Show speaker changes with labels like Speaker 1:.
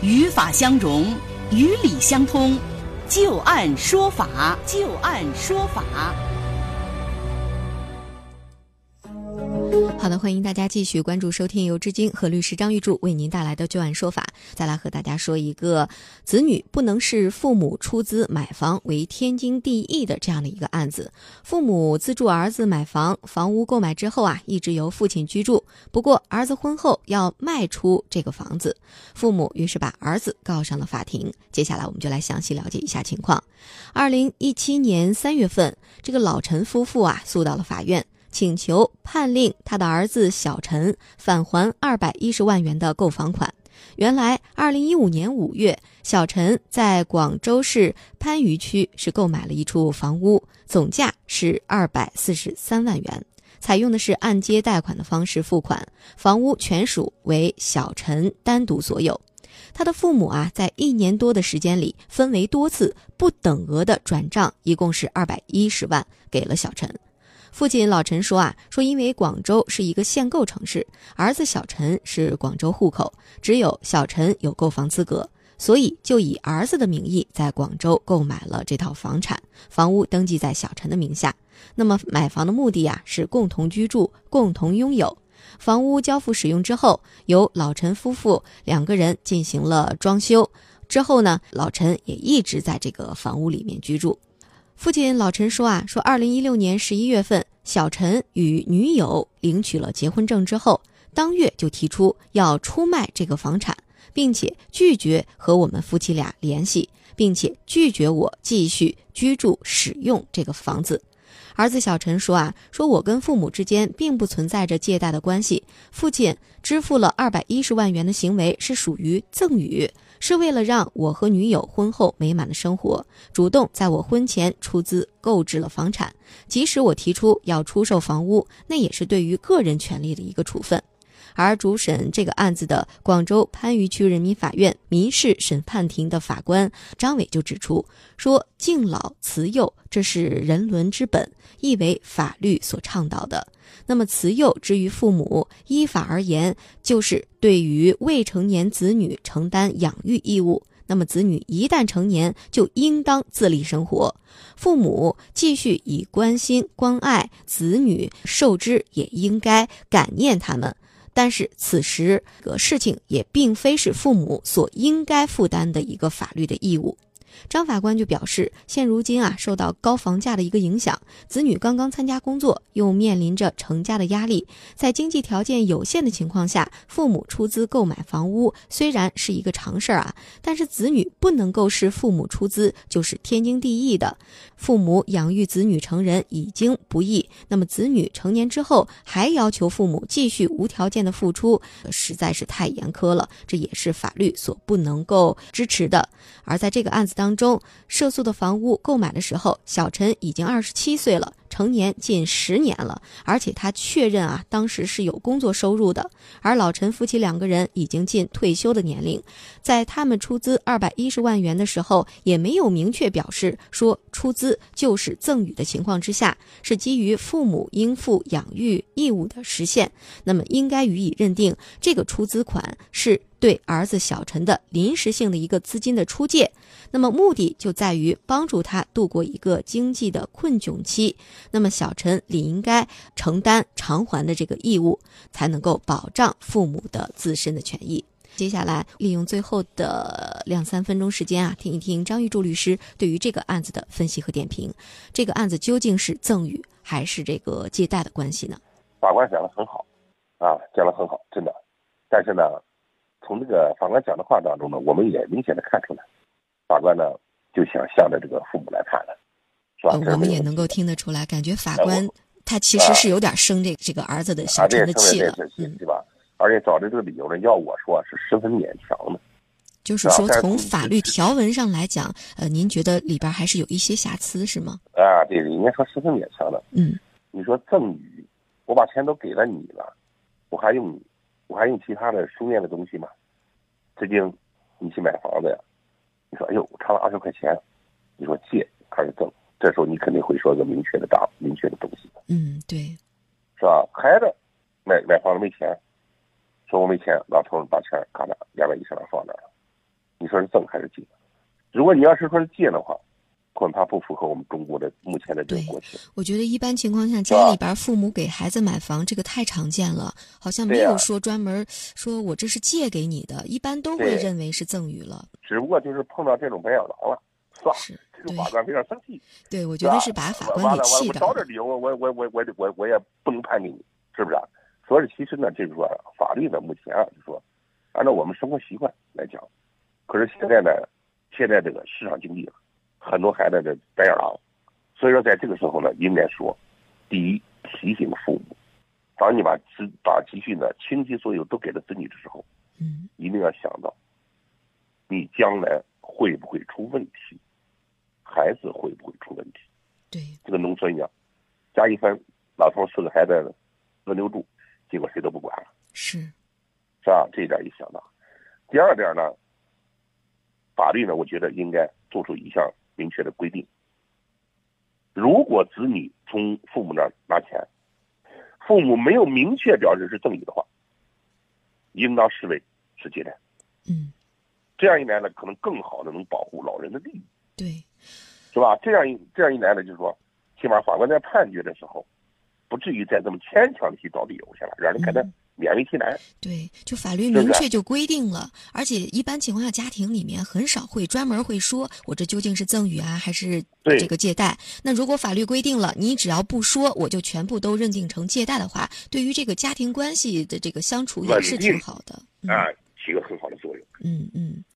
Speaker 1: 与法相融，与理相通，就案说法，就案说法。
Speaker 2: 好的，欢迎大家继续关注收听由知经和律师张玉柱为您带来的就案说法。再来和大家说一个子女不能视父母出资买房为天经地义的这样的一个案子。父母资助儿子买房，房屋购买之后一直由父亲居住，不过儿子婚后要卖出这个房子，父母于是把儿子告上了法庭。接下来我们就来详细了解一下情况。2017年3月份，这个老陈夫妇诉到了法院，请求判令他的儿子小陈返还210万元的购房款。原来2015年5月，小陈在广州市番禺区是购买了一处房屋，总价是243万元，采用的是按揭贷款的方式付款，房屋全属为小陈单独所有。他的父母在1年多的时间里分为多次不等额的转账，一共是210万给了小陈。父亲老陈说因为广州是一个限购城市，儿子小陈是广州户口，只有小陈有购房资格，所以就以儿子的名义在广州购买了这套房产，房屋登记在小陈的名下。那么买房的目的是共同居住，共同拥有。房屋交付使用之后，由老陈夫妇2个人进行了装修，之后呢，老陈也一直在这个房屋里面居住。父亲老陈说2016年11月份，小陈与女友领取了结婚证之后，当月就提出要出卖这个房产，并且拒绝和我们夫妻俩联系，并且拒绝我继续居住使用这个房子。儿子小陈说我跟父母之间并不存在着借贷的关系，父亲支付了210万元的行为是属于赠与，是为了让我和女友婚后美满的生活，主动在我婚前出资购置了房产，即使我提出要出售房屋，那也是对于个人权利的一个处分。而主审这个案子的广州番禺区人民法院民事审判庭的法官张伟就指出说，敬老慈幼这是人伦之本，亦为法律所倡导的。那么慈幼之于父母，依法而言就是对于未成年子女承担养育义务，那么子女一旦成年就应当自立生活，父母继续以关心关爱子女受之，也应该感念他们。但是此时事情也并非是父母所应该负担的一个法律的义务。张法官就表示，现如今受到高房价的一个影响，子女刚刚参加工作，又面临着成家的压力，在经济条件有限的情况下，父母出资购买房屋虽然是一个常事但是子女不能够视父母出资就是天经地义的。父母养育子女成人已经不易，那么子女成年之后还要求父母继续无条件的付出，实在是太严苛了，这也是法律所不能够支持的。而在这个案子当中，涉诉的房屋购买的时候，小陈已经27岁了，成年近10年了，而且他确认当时是有工作收入的。而老陈夫妻2个人已经近退休的年龄，在他们出资210万元的时候，也没有明确表示说出资就是赠与的情况之下，是基于父母应负养育义务的实现，那么应该予以认定这个出资款是对儿子小陈的临时性的一个资金的出借，那么目的就在于帮助他度过一个经济的困窘期，那么小陈理应该承担偿还的这个义务，才能够保障父母的自身的权益。接下来利用最后的2-3分钟时间听一听张玉柱律师对于这个案子的分析和点评。这个案子究竟是赠与还是这个借贷的关系呢？
Speaker 3: 法官讲得很好讲得很好，真的。但是呢，从这个法官讲的话当中呢，我们也明显的看出来，法官呢就想向着这个父母来判了，是吧？
Speaker 2: 我们也能够听得出来，感觉法官他其实是有点生这个儿子的小陈的气了，
Speaker 3: 对吧？而且找的这个理由呢，要我说是十分勉强的。
Speaker 2: 就是说，从法律条文上来讲，您觉得里边还是有一些瑕疵，是吗？
Speaker 3: 对，应该说十分勉强的。你说赠与，我把钱都给了你了，我还用其他的书面的东西吗？最近你去买房子呀，你说哎呦差了20块钱，你说借还是赠？这时候你肯定会说个明确的东西。
Speaker 2: 对，
Speaker 3: 是吧？孩子买房子没钱，说我没钱，老头把钱咔嚓210万放那儿了， 说是赠还是借。如果你要是说是借的话，恐怕不符合我们中国的目前的这个国情。
Speaker 2: 我觉得一般情况下，家里边父母给孩子买房，这个太常见了，好像没有说专门说我这是借给你的，一般都会认为是赠与了。
Speaker 3: 只不过就是碰到这种白眼狼了，是吧？这个法官非常生气。
Speaker 2: 对，我觉得是把法官给气的。
Speaker 3: 我找点理由，我也不能判给你，是不是？所以其实呢，就是说法律呢，目前啊，就是说按照我们生活习惯来讲，可是现在这个市场经济很多孩子的白眼狼，所以说在这个时候呢，应该说，第一，提醒父母，当你把积蓄呢倾其所有都给了子女的时候，一定要想到，你将来会不会出问题，孩子会不会出问题？
Speaker 2: 对，
Speaker 3: 这个农村一样，家一分，老头4个孩子轮流住，结果谁都不管了，是吧？这一点一想到。第二点呢，法律呢，我觉得应该做出一项明确的规定：如果子女从父母那儿拿钱，父母没有明确表示是赠与的话，应当视为是借贷。这样一来呢，可能更好的能保护老人的利益。对，是吧？这样一来呢，就是说，起码法官在判决的时候，不至于再这么牵强的去找理由下来，让人看得勉为其难。对，就法律明确就规定了，而且一般情况下家庭里面很少会专门会说我这究竟是赠与啊还是这个借贷。那如果法律规定了，你只要不说我就全部都认定成借贷的话，对于这个家庭关系的这个相处也是挺好的。起个很好的作用。